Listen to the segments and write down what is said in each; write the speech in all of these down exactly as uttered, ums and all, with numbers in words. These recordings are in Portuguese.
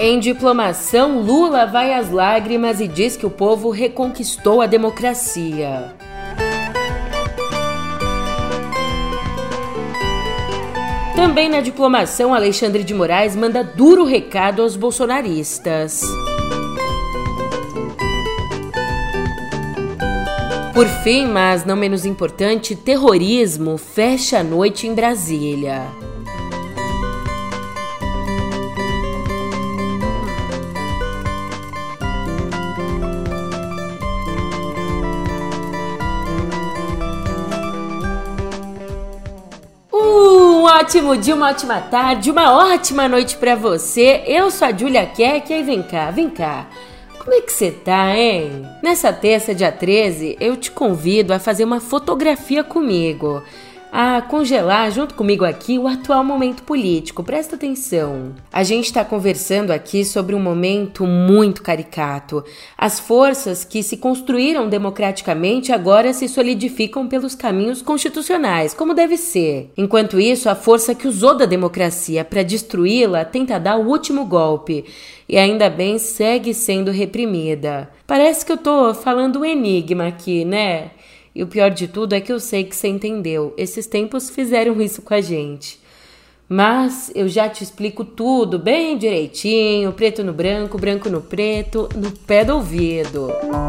Em diplomação, Lula vai às lágrimas e diz que o povo reconquistou a democracia. Também na diplomação, Alexandre de Moraes manda duro recado aos bolsonaristas. Por fim, mas não menos importante, terrorismo fecha a noite em Brasília. Um ótimo dia, uma ótima tarde, uma ótima noite pra você. Eu sou a Júlia Keck e vem cá, vem cá. Como é que você tá, hein? Nessa terça, dia treze, eu te convido a fazer uma fotografia comigo, a congelar junto comigo aqui o atual momento político. Presta atenção. A gente está conversando aqui sobre um momento muito caricato. As forças que se construíram democraticamente agora se solidificam pelos caminhos constitucionais, como deve ser. Enquanto isso, a força que usou da democracia para destruí-la tenta dar o último golpe. E ainda bem segue sendo reprimida. Parece que eu tô falando um enigma aqui, né? E o pior de tudo é que eu sei que você entendeu. Esses tempos fizeram isso com a gente. Mas eu já te explico tudo bem direitinho, preto no branco, branco no preto, no pé do ouvido.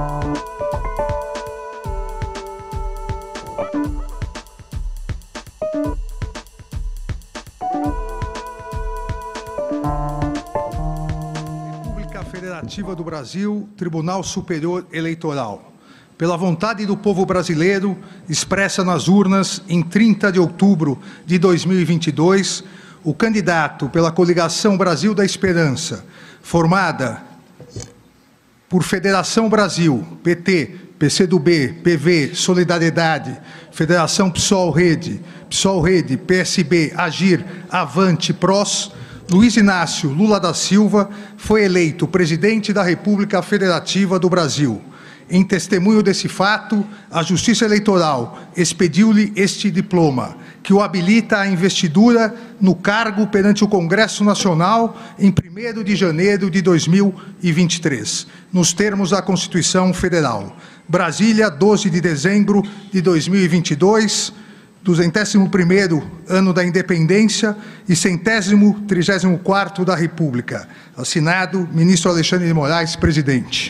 República Federativa do Brasil, Tribunal Superior Eleitoral. Pela vontade do povo brasileiro, expressa nas urnas em trinta de outubro de dois mil e vinte e dois, o candidato pela coligação Brasil da Esperança, formada por Federação Brasil, P T, P C do B, P V, Solidariedade, Federação PSOL Rede, PSOL Rede, P S B, Agir, Avante, PROS, Luiz Inácio Lula da Silva foi eleito presidente da República Federativa do Brasil. Em testemunho desse fato, a Justiça Eleitoral expediu-lhe este diploma, que o habilita à investidura no cargo perante o Congresso Nacional em primeiro de janeiro de dois mil e vinte e três, nos termos da Constituição Federal. Brasília, doze de dezembro de dois mil e vinte e dois, duzentésimo primeiro ano da Independência e centésimo trigésimo quarto da República. Assinado, ministro Alexandre de Moraes, presidente.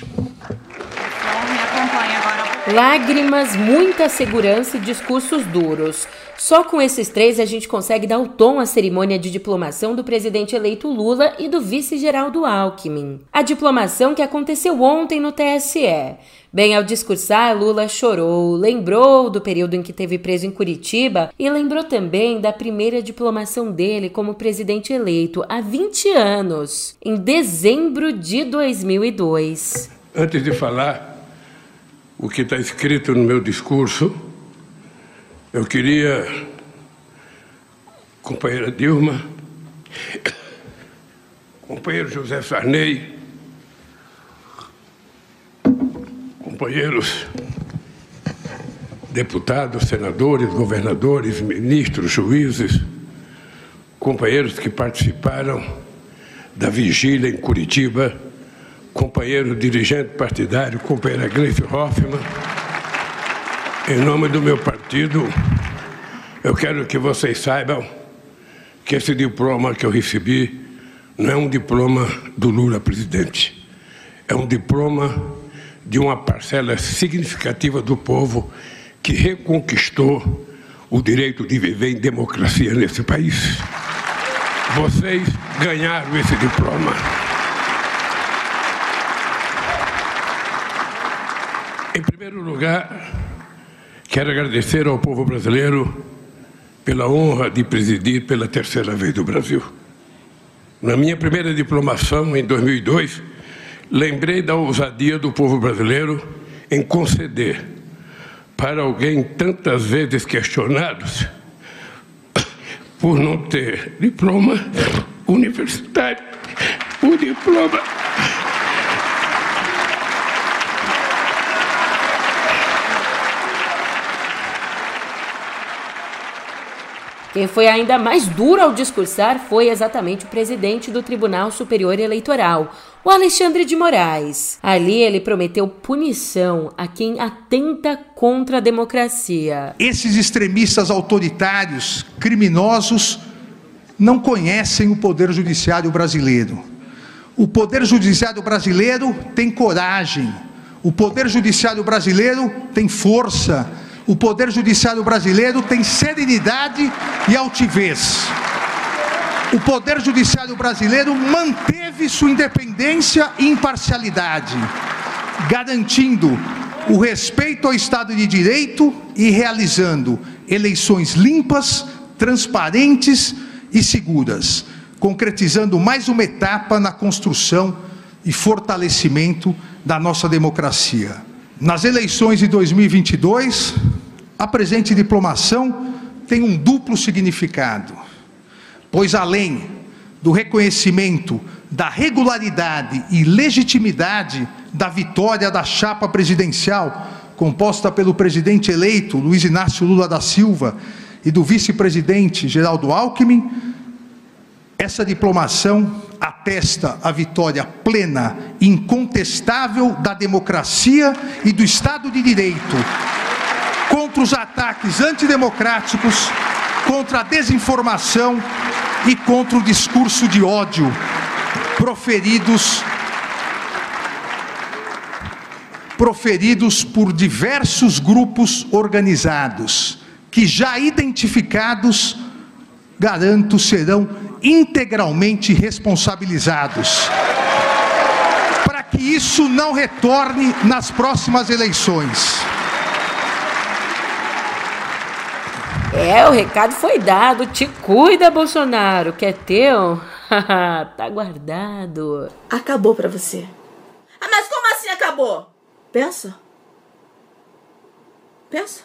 Lágrimas, muita segurança e discursos duros. Só com esses três a gente consegue dar o tom à cerimônia de diplomação do presidente eleito Lula e do vice-geraldo Alckmin. A diplomação que aconteceu ontem no T S E. Bem, ao discursar, Lula chorou, lembrou do período em que esteve preso em Curitiba e lembrou também da primeira diplomação dele como presidente eleito há vinte anos, em dezembro de dois mil e dois. Antes de falar o que está escrito no meu discurso, eu queria, companheira Dilma, companheiro José Sarney, companheiros deputados, senadores, governadores, ministros, juízes, companheiros que participaram da vigília em Curitiba, companheiro dirigente partidário, companheira Gleice Hoffmann, em nome do meu partido, eu quero que vocês saibam que esse diploma que eu recebi não é um diploma do Lula presidente, é um diploma de uma parcela significativa do povo que reconquistou o direito de viver em democracia nesse país. Vocês ganharam esse diploma. Em primeiro lugar, quero agradecer ao povo brasileiro pela honra de presidir pela terceira vez do Brasil. Na minha primeira diplomação, em dois mil e dois, lembrei da ousadia do povo brasileiro em conceder para alguém tantas vezes questionado por não ter diploma universitário, o diploma Quem foi ainda mais duro ao discursar foi exatamente o presidente do Tribunal Superior Eleitoral, o Alexandre de Moraes. Ali ele prometeu punição a quem atenta contra a democracia. Esses extremistas autoritários, criminosos, não conhecem o Poder Judiciário brasileiro. O Poder Judiciário brasileiro tem coragem. O Poder Judiciário brasileiro tem força. O Poder Judiciário brasileiro tem serenidade e altivez. O Poder Judiciário brasileiro manteve sua independência e imparcialidade, garantindo o respeito ao Estado de Direito e realizando eleições limpas, transparentes e seguras, concretizando mais uma etapa na construção e fortalecimento da nossa democracia. Nas eleições de dois mil e vinte e dois, a presente diplomação tem um duplo significado, pois além do reconhecimento da regularidade e legitimidade da vitória da chapa presidencial, composta pelo presidente eleito Luiz Inácio Lula da Silva e do vice-presidente Geraldo Alckmin, essa diplomação atesta a vitória plena e incontestável da democracia e do Estado de Direito contra os ataques antidemocráticos, contra a desinformação e contra o discurso de ódio proferidos, proferidos por diversos grupos organizados, que já identificados, garanto, serão integralmente responsabilizados, para que isso não retorne nas próximas eleições. É, o recado foi dado. Te cuida, Bolsonaro, que é teu. Tá guardado. Acabou pra você. Ah, mas como assim acabou? Pensa. Pensa.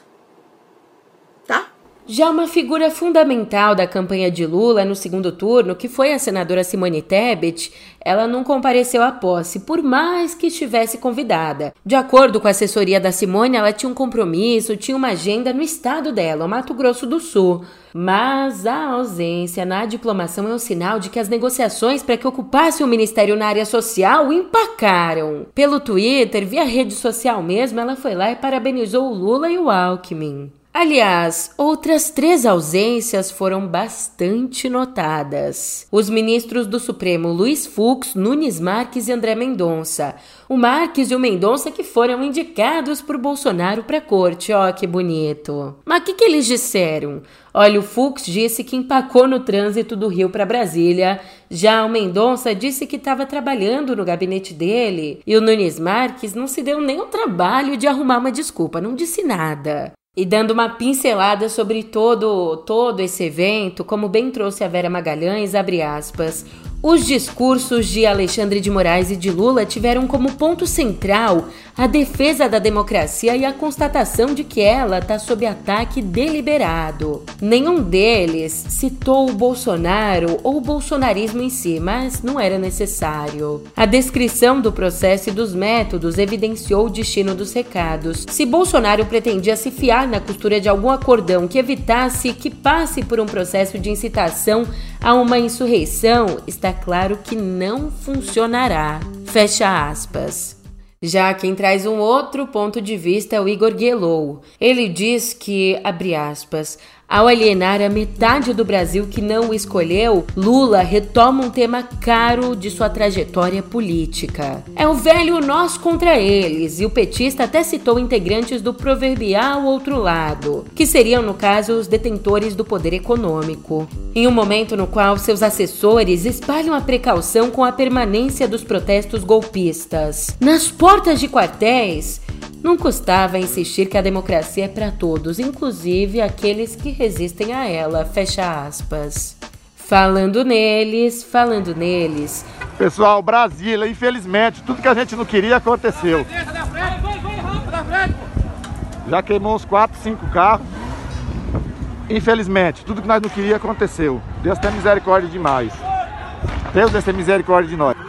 Tá? Já uma figura fundamental da campanha de Lula no segundo turno, que foi a senadora Simone Tebet, ela não compareceu à posse, por mais que estivesse convidada. De acordo com a assessoria da Simone, ela tinha um compromisso, tinha uma agenda no estado dela, o Mato Grosso do Sul. Mas a ausência na diplomação é um sinal de que as negociações para que ocupasse o ministério na área social empacaram. Pelo Twitter, via rede social mesmo, ela foi lá e parabenizou o Lula e o Alckmin. Aliás, outras três ausências foram bastante notadas. Os ministros do Supremo Luiz Fux, Nunes Marques e André Mendonça. O Marques e o Mendonça que foram indicados por Bolsonaro para a corte, ó que bonito. Mas o que, que eles disseram? Olha, o Fux disse que empacou no trânsito do Rio para Brasília, já o Mendonça disse que estava trabalhando no gabinete dele, e o Nunes Marques não se deu nem o trabalho de arrumar uma desculpa, não disse nada. E dando uma pincelada sobre todo, todo esse evento, como bem trouxe a Vera Magalhães, abre aspas, os discursos de Alexandre de Moraes e de Lula tiveram como ponto central a defesa da democracia e a constatação de que ela está sob ataque deliberado. Nenhum deles citou o Bolsonaro ou o bolsonarismo em si, mas não era necessário. A descrição do processo e dos métodos evidenciou o destino dos recados. Se Bolsonaro pretendia se fiar na costura de algum acordão que evitasse que passe por um processo de incitação a uma insurreição, está claro que não funcionará. Fecha aspas. Já quem traz um outro ponto de vista é o Igor Guelou. Ele diz que, abre aspas, ao alienar a metade do Brasil que não o escolheu, Lula retoma um tema caro de sua trajetória política. É o velho nós contra eles, e o petista até citou integrantes do proverbial outro lado, que seriam, no caso, os detentores do poder econômico. Em um momento no qual seus assessores espalham a precaução com a permanência dos protestos golpistas. Nas portas de quartéis, não custava insistir que a democracia é para todos, inclusive aqueles que resistem a ela, fecha aspas. Falando neles, falando neles. Pessoal, Brasília, infelizmente, tudo que a gente não queria aconteceu. Já queimou uns quatro, cinco carros. Infelizmente, tudo que nós não queríamos aconteceu. Deus tem misericórdia demais. Deus tem misericórdia de nós.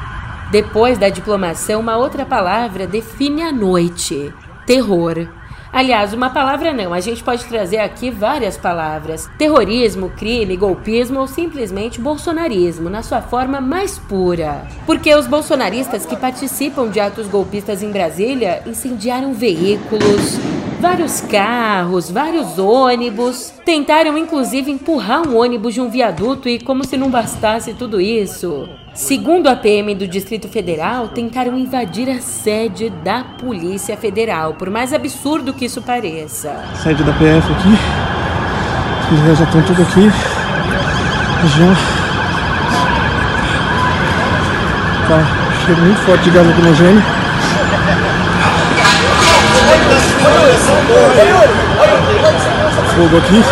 Depois da diplomação, uma outra palavra define a noite: terror. Aliás, uma palavra não, a gente pode trazer aqui várias palavras. Terrorismo, crime, golpismo ou simplesmente bolsonarismo, na sua forma mais pura. Porque os bolsonaristas que participam de atos golpistas em Brasília incendiaram veículos, vários carros, vários ônibus, tentaram inclusive empurrar um ônibus de um viaduto e, como se não bastasse tudo isso, segundo a P M do Distrito Federal, tentaram invadir a sede da Polícia Federal, por mais absurdo que isso pareça. Sede da P F aqui, eles já estão tudo aqui, já tá cheiro muito forte de gás lacrimogêneo. Fogo aqui.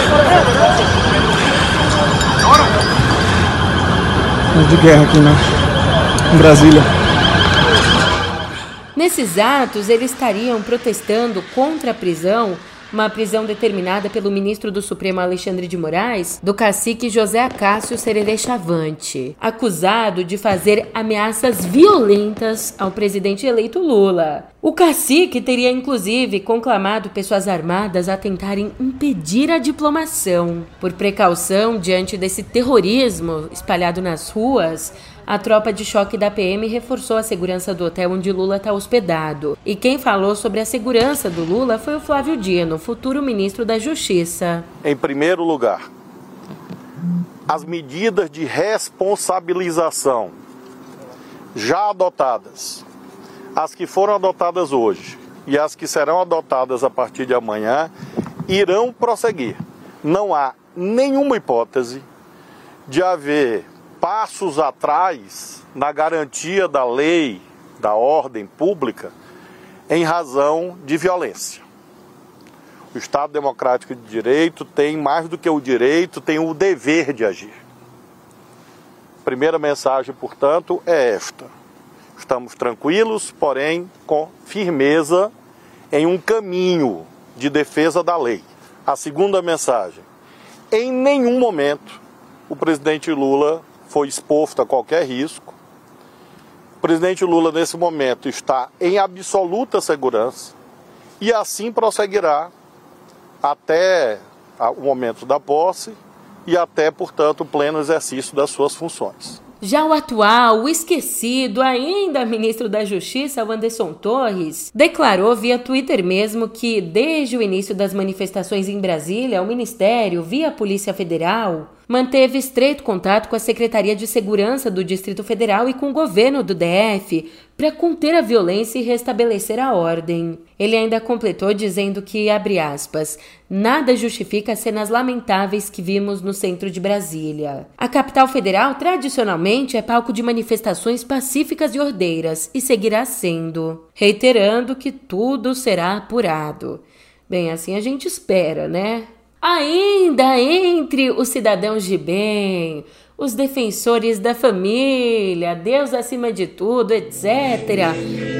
De guerra aqui na, em Brasília. Nesses atos, eles estariam protestando contra a prisão, uma prisão determinada pelo ministro do Supremo Alexandre de Moraes, do cacique José Acácio Sererê Chavante, acusado de fazer ameaças violentas ao presidente eleito Lula. O cacique teria inclusive conclamado pessoas armadas a tentarem impedir a diplomação. Por precaução diante desse terrorismo espalhado nas ruas, a tropa de choque da P M reforçou a segurança do hotel onde Lula está hospedado. E quem falou sobre a segurança do Lula foi o Flávio Dino, futuro ministro da Justiça. Em primeiro lugar, as medidas de responsabilização já adotadas, as que foram adotadas hoje e as que serão adotadas a partir de amanhã, irão prosseguir. Não há nenhuma hipótese de haver passos atrás na garantia da lei, da ordem pública, em razão de violência. O Estado Democrático de Direito tem, mais do que o direito, tem o dever de agir. A primeira mensagem, portanto, é esta. Estamos tranquilos, porém com firmeza em um caminho de defesa da lei. A segunda mensagem: em nenhum momento o presidente Lula foi exposto a qualquer risco. O presidente Lula, nesse momento, está em absoluta segurança e assim prosseguirá até o momento da posse e até, portanto, o pleno exercício das suas funções. Já o atual, o esquecido, ainda ministro da Justiça, o Anderson Torres, declarou via Twitter mesmo que, desde o início das manifestações em Brasília, o Ministério, via Polícia Federal, manteve estreito contato com a Secretaria de Segurança do Distrito Federal e com o governo do D F para conter a violência e restabelecer a ordem. Ele ainda completou dizendo que, abre aspas, nada justifica as cenas lamentáveis que vimos no centro de Brasília. A capital federal, tradicionalmente, é palco de manifestações pacíficas e ordeiras e seguirá sendo, reiterando que tudo será apurado. Bem, assim a gente espera, né? Ainda entre os cidadãos de bem, os defensores da família, Deus acima de tudo, etcétera.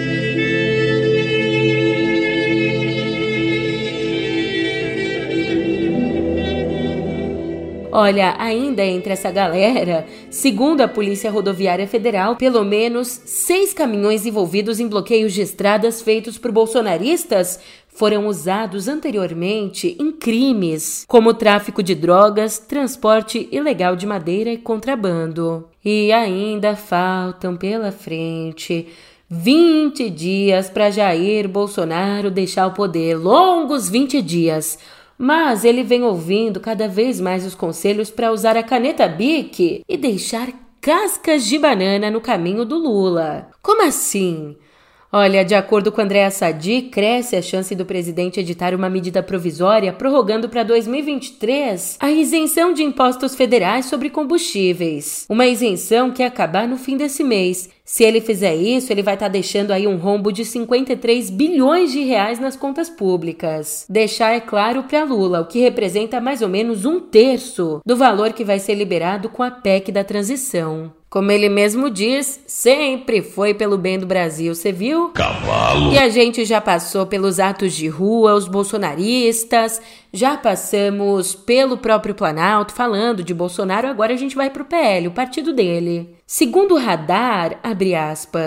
Olha, ainda entre essa galera, segundo a Polícia Rodoviária Federal, pelo menos seis caminhões envolvidos em bloqueios de estradas feitos por bolsonaristas foram usados anteriormente em crimes, como tráfico de drogas, transporte ilegal de madeira e contrabando. E ainda faltam pela frente vinte dias para Jair Bolsonaro deixar o poder, longos vinte dias. Mas ele vem ouvindo cada vez mais os conselhos para usar a caneta Bic e deixar cascas de banana no caminho do Lula. Como assim? Olha, de acordo com Andréa Sadi, cresce a chance do presidente editar uma medida provisória prorrogando para dois mil e vinte e três a isenção de impostos federais sobre combustíveis. Uma isenção que ia acabar no fim desse mês. Se ele fizer isso, ele vai estar tá deixando aí um rombo de cinquenta e três bilhões de reais nas contas públicas. Deixar é claro para Lula, o que representa mais ou menos um terço do valor que vai ser liberado com a P E C da transição. Como ele mesmo diz, sempre foi pelo bem do Brasil, você viu? Cavalo. E a gente já passou pelos atos de rua, os bolsonaristas, já passamos pelo próprio Planalto falando de Bolsonaro, agora a gente vai pro P L, o partido dele. Segundo o Radar, abre aspas,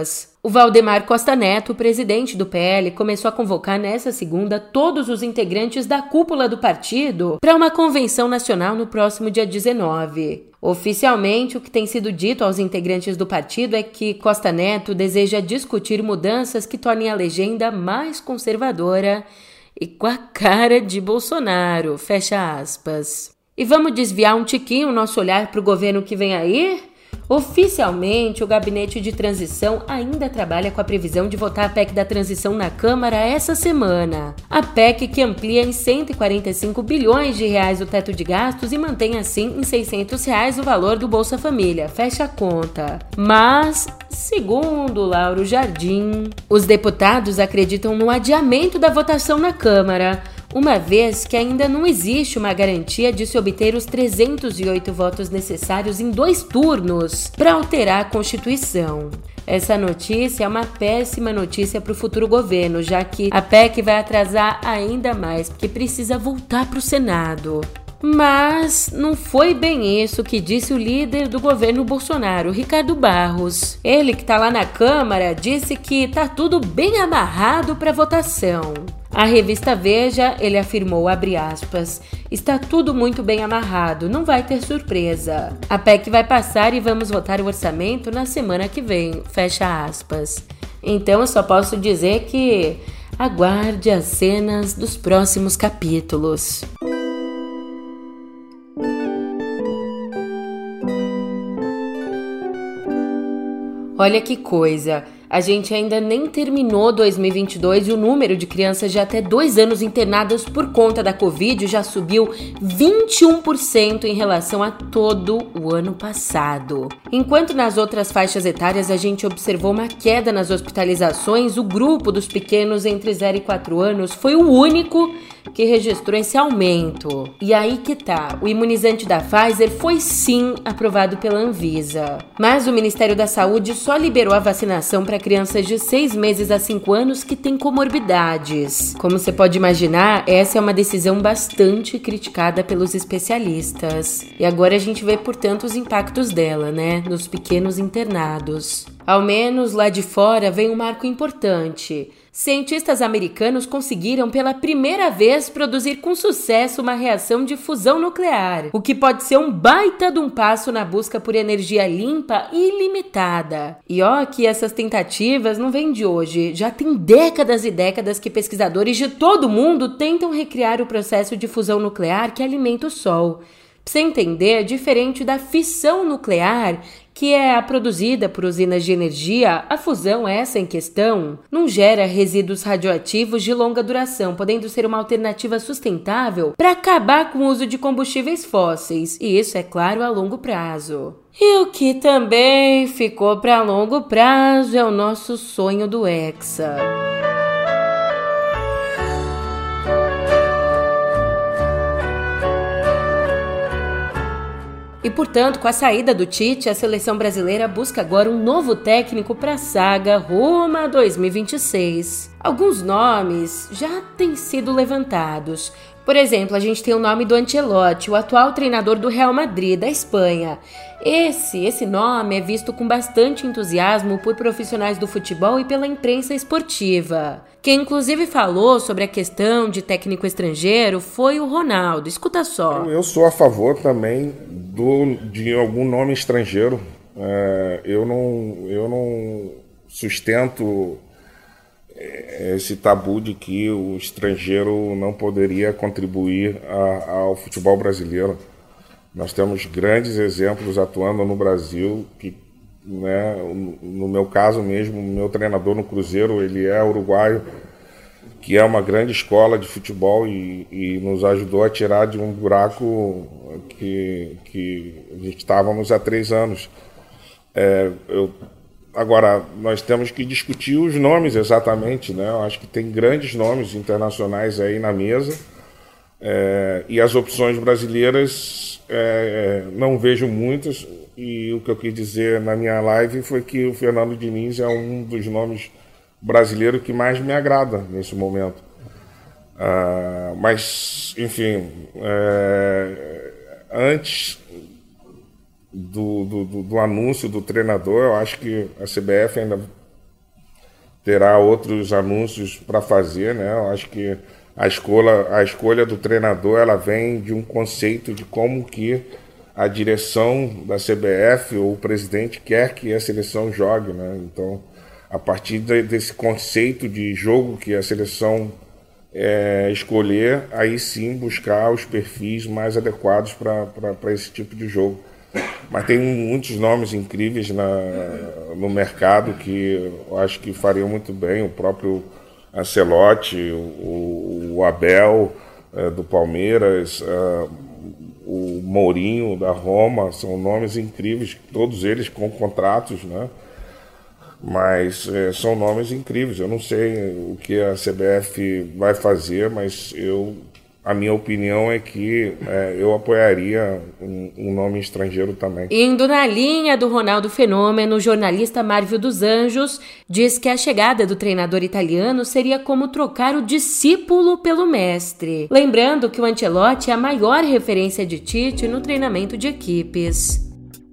O Valdemar Costa Neto, presidente do P L, começou a convocar nesta segunda todos os integrantes da cúpula do partido para uma convenção nacional no próximo dia dezenove. Oficialmente, o que tem sido dito aos integrantes do partido é que Costa Neto deseja discutir mudanças que tornem a legenda mais conservadora e com a cara de Bolsonaro, fecha aspas. E vamos desviar um tiquinho o nosso olhar para o governo que vem aí? Oficialmente, o Gabinete de Transição ainda trabalha com a previsão de votar a P E C da Transição na Câmara essa semana. A P E C que amplia em cento e quarenta e cinco bilhões de reais o teto de gastos e mantém assim em seiscentos reais o valor do Bolsa Família, fecha a conta. Mas, segundo Lauro Jardim, os deputados acreditam no adiamento da votação na Câmara, uma vez que ainda não existe uma garantia de se obter os trezentos e oito votos necessários em dois turnos para alterar a Constituição. Essa notícia é uma péssima notícia para o futuro governo, já que a P E C vai atrasar ainda mais, porque precisa voltar para o Senado. Mas não foi bem isso que disse o líder do governo Bolsonaro, Ricardo Barros. Ele, que está lá na Câmara, disse que está tudo bem amarrado para votação. A revista Veja, ele afirmou, abre aspas, está tudo muito bem amarrado, não vai ter surpresa. A P E C vai passar e vamos votar o orçamento na semana que vem, fecha aspas. Então eu só posso dizer que aguarde as cenas dos próximos capítulos. Olha que coisa, a gente ainda nem terminou dois mil e vinte e dois e o número de crianças de até dois anos internadas por conta da Covid já subiu vinte e um por cento em relação a todo o ano passado. Enquanto nas outras faixas etárias a gente observou uma queda nas hospitalizações, o grupo dos pequenos entre zero e quatro anos foi o único que registrou esse aumento. E aí que tá, o imunizante da Pfizer foi sim aprovado pela Anvisa, mas o Ministério da Saúde só liberou a vacinação para crianças de seis meses a cinco anos que têm comorbidades. Como você pode imaginar, essa é uma decisão bastante criticada pelos especialistas. E agora a gente vê, portanto, os impactos dela, né, nos pequenos internados. Ao menos lá de fora vem um marco importante. Cientistas americanos conseguiram pela primeira vez produzir com sucesso uma reação de fusão nuclear, o que pode ser um baita de um passo na busca por energia limpa e ilimitada. E ó que essas tentativas não vêm de hoje, já tem décadas e décadas que pesquisadores de todo o mundo tentam recriar o processo de fusão nuclear que alimenta o Sol. Pra você entender, diferente da fissão nuclear, que é a produzida por usinas de energia, a fusão, essa em questão, não gera resíduos radioativos de longa duração, podendo ser uma alternativa sustentável para acabar com o uso de combustíveis fósseis, e isso, é claro, a longo prazo. E o que também ficou para longo prazo é o nosso sonho do Hexa. E, portanto, com a saída do Tite, a seleção brasileira busca agora um novo técnico para a saga rumo a dois mil e vinte e seis. Alguns nomes já têm sido levantados. Por exemplo, a gente tem o nome do Ancelotti, o atual treinador do Real Madrid, da Espanha. Esse, esse nome é visto com bastante entusiasmo por profissionais do futebol e pela imprensa esportiva. Quem inclusive falou sobre a questão de técnico estrangeiro foi o Ronaldo. Escuta só. Eu sou a favor também do, de algum nome estrangeiro. É, eu, não, eu não sustento esse tabu de que o estrangeiro não poderia contribuir a, ao futebol brasileiro. Nós temos grandes exemplos atuando no Brasil, que, né, no meu caso mesmo, o meu treinador no Cruzeiro, ele é uruguaio, que é uma grande escola de futebol e, e nos ajudou a tirar de um buraco que, que estávamos há três anos. É, eu, agora, nós temos que discutir os nomes exatamente, né? Eu acho que tem grandes nomes internacionais aí na mesa, é, e as opções brasileiras é, não vejo muitas, e o que eu quis dizer na minha live foi que o Fernando Diniz é um dos nomes brasileiros que mais me agrada nesse momento. Uh, mas, enfim, é, antes do, do, do, do anúncio do treinador, eu acho que a C B F ainda terá outros anúncios para fazer, né? Eu acho que a escolha, a escolha do treinador, ela vem de um conceito de como que a direção da C B F ou o presidente quer que a seleção jogue, né? Então, a partir de, desse conceito de jogo que a seleção é, escolher, aí sim buscar os perfis mais adequados para esse tipo de jogo. Mas tem muitos nomes incríveis na, no mercado que eu acho que fariam muito bem, o próprio Ancelotti, o, o Abel é, do Palmeiras, é, o Mourinho da Roma, são nomes incríveis, todos eles com contratos, né? Mas é, são nomes incríveis. Eu não sei o que a C B F vai fazer, mas eu, a minha opinião é que é, eu apoiaria um, um nome estrangeiro também. Indo na linha do Ronaldo Fenômeno, o jornalista Marvio dos Anjos diz que a chegada do treinador italiano seria como trocar o discípulo pelo mestre. Lembrando que o Ancelotti é a maior referência de Tite no treinamento de equipes.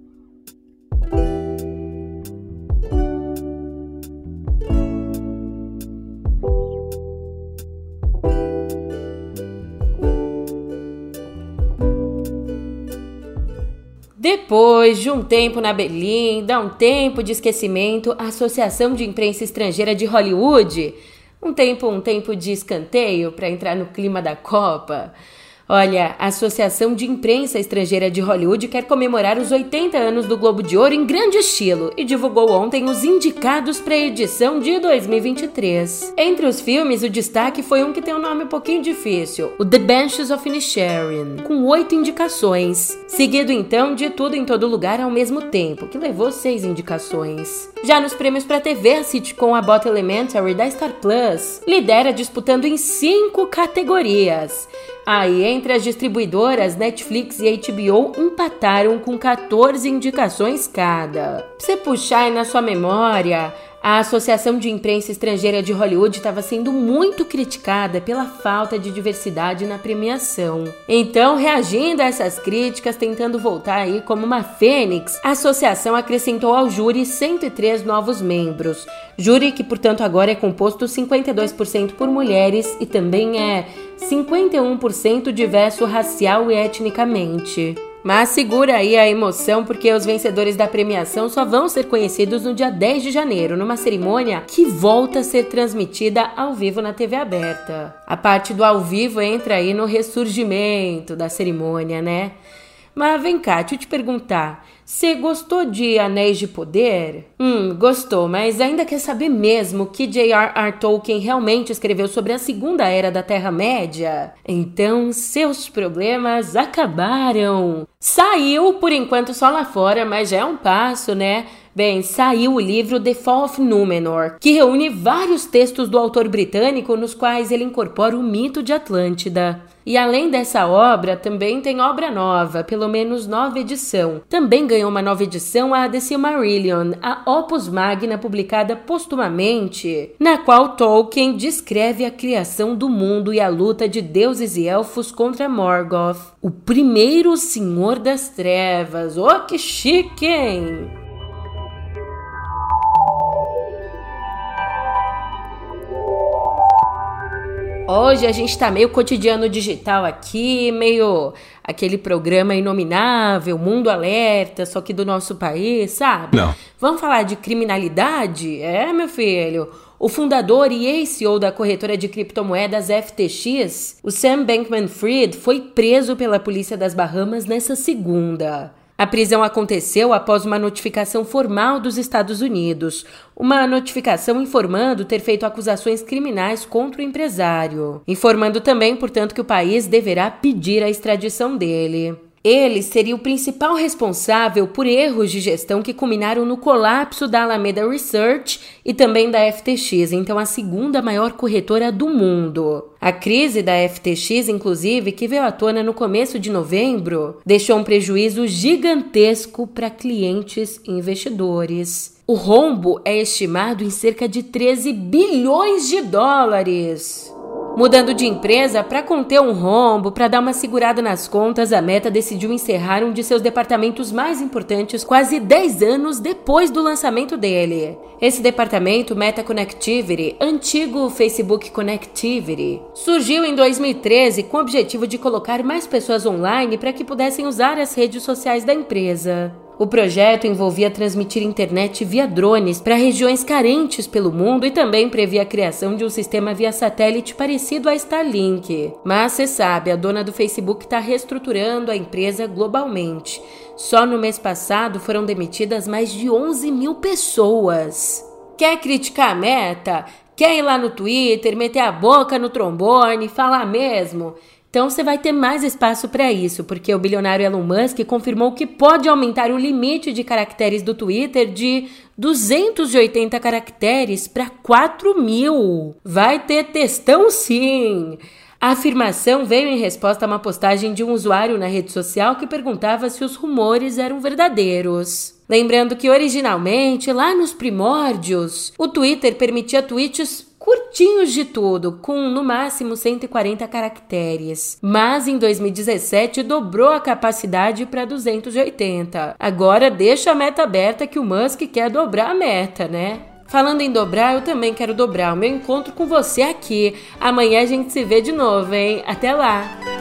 Depois de um tempo na Berlinda, um tempo de esquecimento, a Associação de Imprensa Estrangeira de Hollywood, um tempo, um tempo de escanteio para entrar no clima da Copa. Olha, a Associação de Imprensa Estrangeira de Hollywood quer comemorar os oitenta anos do Globo de Ouro em grande estilo e divulgou ontem os indicados para a edição de dois mil e vinte e três. Entre os filmes, o destaque foi um que tem um nome um pouquinho difícil, o The Banshees of Inisherin, com oito indicações, seguido então de Tudo em Todo Lugar ao Mesmo Tempo, que levou seis indicações. Já nos prêmios para T V, a sitcom Abbott Elementary da Star Plus lidera disputando em cinco categorias. Aí, entre as distribuidoras, Netflix e H B O empataram com quatorze indicações cada. Pra você puxar aí na sua memória, a Associação de Imprensa Estrangeira de Hollywood estava sendo muito criticada pela falta de diversidade na premiação. Então, reagindo a essas críticas, tentando voltar aí como uma fênix, a associação acrescentou ao júri cento e três novos membros. Júri que, portanto, agora é composto cinquenta e dois por cento por mulheres e também é cinquenta e um por cento diverso racial e etnicamente. Mas segura aí a emoção, porque os vencedores da premiação só vão ser conhecidos no dia dez de janeiro, numa cerimônia que volta a ser transmitida ao vivo na T V aberta. A parte do ao vivo entra aí no ressurgimento da cerimônia, né? Mas vem cá, deixa eu te perguntar, você gostou de Anéis de Poder? Hum, gostou, mas ainda quer saber mesmo que J R R Tolkien realmente escreveu sobre a Segunda Era da Terra-média? Então, seus problemas acabaram. Saiu, por enquanto, só lá fora, mas já é um passo, né? Bem, saiu o livro The Fall of Númenor, que reúne vários textos do autor britânico nos quais ele incorpora o mito de Atlântida. E além dessa obra, também tem obra nova, pelo menos nova edição. Também ganhou uma nova edição a The Silmarillion, a Opus Magna publicada postumamente, na qual Tolkien descreve a criação do mundo e a luta de deuses e elfos contra Morgoth, o primeiro Senhor das Trevas. Oh, que chique, hein? Hoje a gente tá meio cotidiano digital aqui, meio aquele programa inominável, Mundo Alerta, só que do nosso país, sabe? Não. Vamos falar de criminalidade? É, meu filho. O fundador e ex-C E O da corretora de criptomoedas F T X, o Sam Bankman-Fried, foi preso pela polícia das Bahamas nessa segunda. A prisão aconteceu após uma notificação formal dos Estados Unidos, uma notificação informando ter feito acusações criminais contra o empresário, informando também, portanto, que o país deverá pedir a extradição dele. Ele seria o principal responsável por erros de gestão que culminaram no colapso da Alameda Research e também da F T X, então a segunda maior corretora do mundo. A crise da F T X, inclusive, que veio à tona no começo de novembro, deixou um prejuízo gigantesco para clientes e investidores. O rombo é estimado em cerca de treze bilhões de dólares. Mudando de empresa para conter um rombo, para dar uma segurada nas contas, a Meta decidiu encerrar um de seus departamentos mais importantes quase dez anos depois do lançamento dele. Esse departamento, Meta Connectivity, antigo Facebook Connectivity, surgiu em dois mil e treze com o objetivo de colocar mais pessoas online para que pudessem usar as redes sociais da empresa. O projeto envolvia transmitir internet via drones para regiões carentes pelo mundo e também previa a criação de um sistema via satélite parecido a Starlink. Mas você sabe, a dona do Facebook está reestruturando a empresa globalmente. Só no mês passado foram demitidas mais de onze mil pessoas. Quer criticar a Meta? Quer ir lá no Twitter, meter a boca no trombone, falar mesmo? Então você vai ter mais espaço para isso, porque o bilionário Elon Musk confirmou que pode aumentar o limite de caracteres do Twitter de duzentos e oitenta caracteres para quatro mil. Vai ter textão sim! A afirmação veio em resposta a uma postagem de um usuário na rede social que perguntava se os rumores eram verdadeiros. Lembrando que originalmente, lá nos primórdios, o Twitter permitia tweets curtinhos de tudo, com no máximo cento e quarenta caracteres. Mas em dois mil e dezessete dobrou a capacidade para duzentos e oitenta. Agora deixa a meta aberta que o Musk quer dobrar a meta, né? Falando em dobrar, eu também quero dobrar o meu encontro com você aqui. Amanhã a gente se vê de novo, hein? Até lá!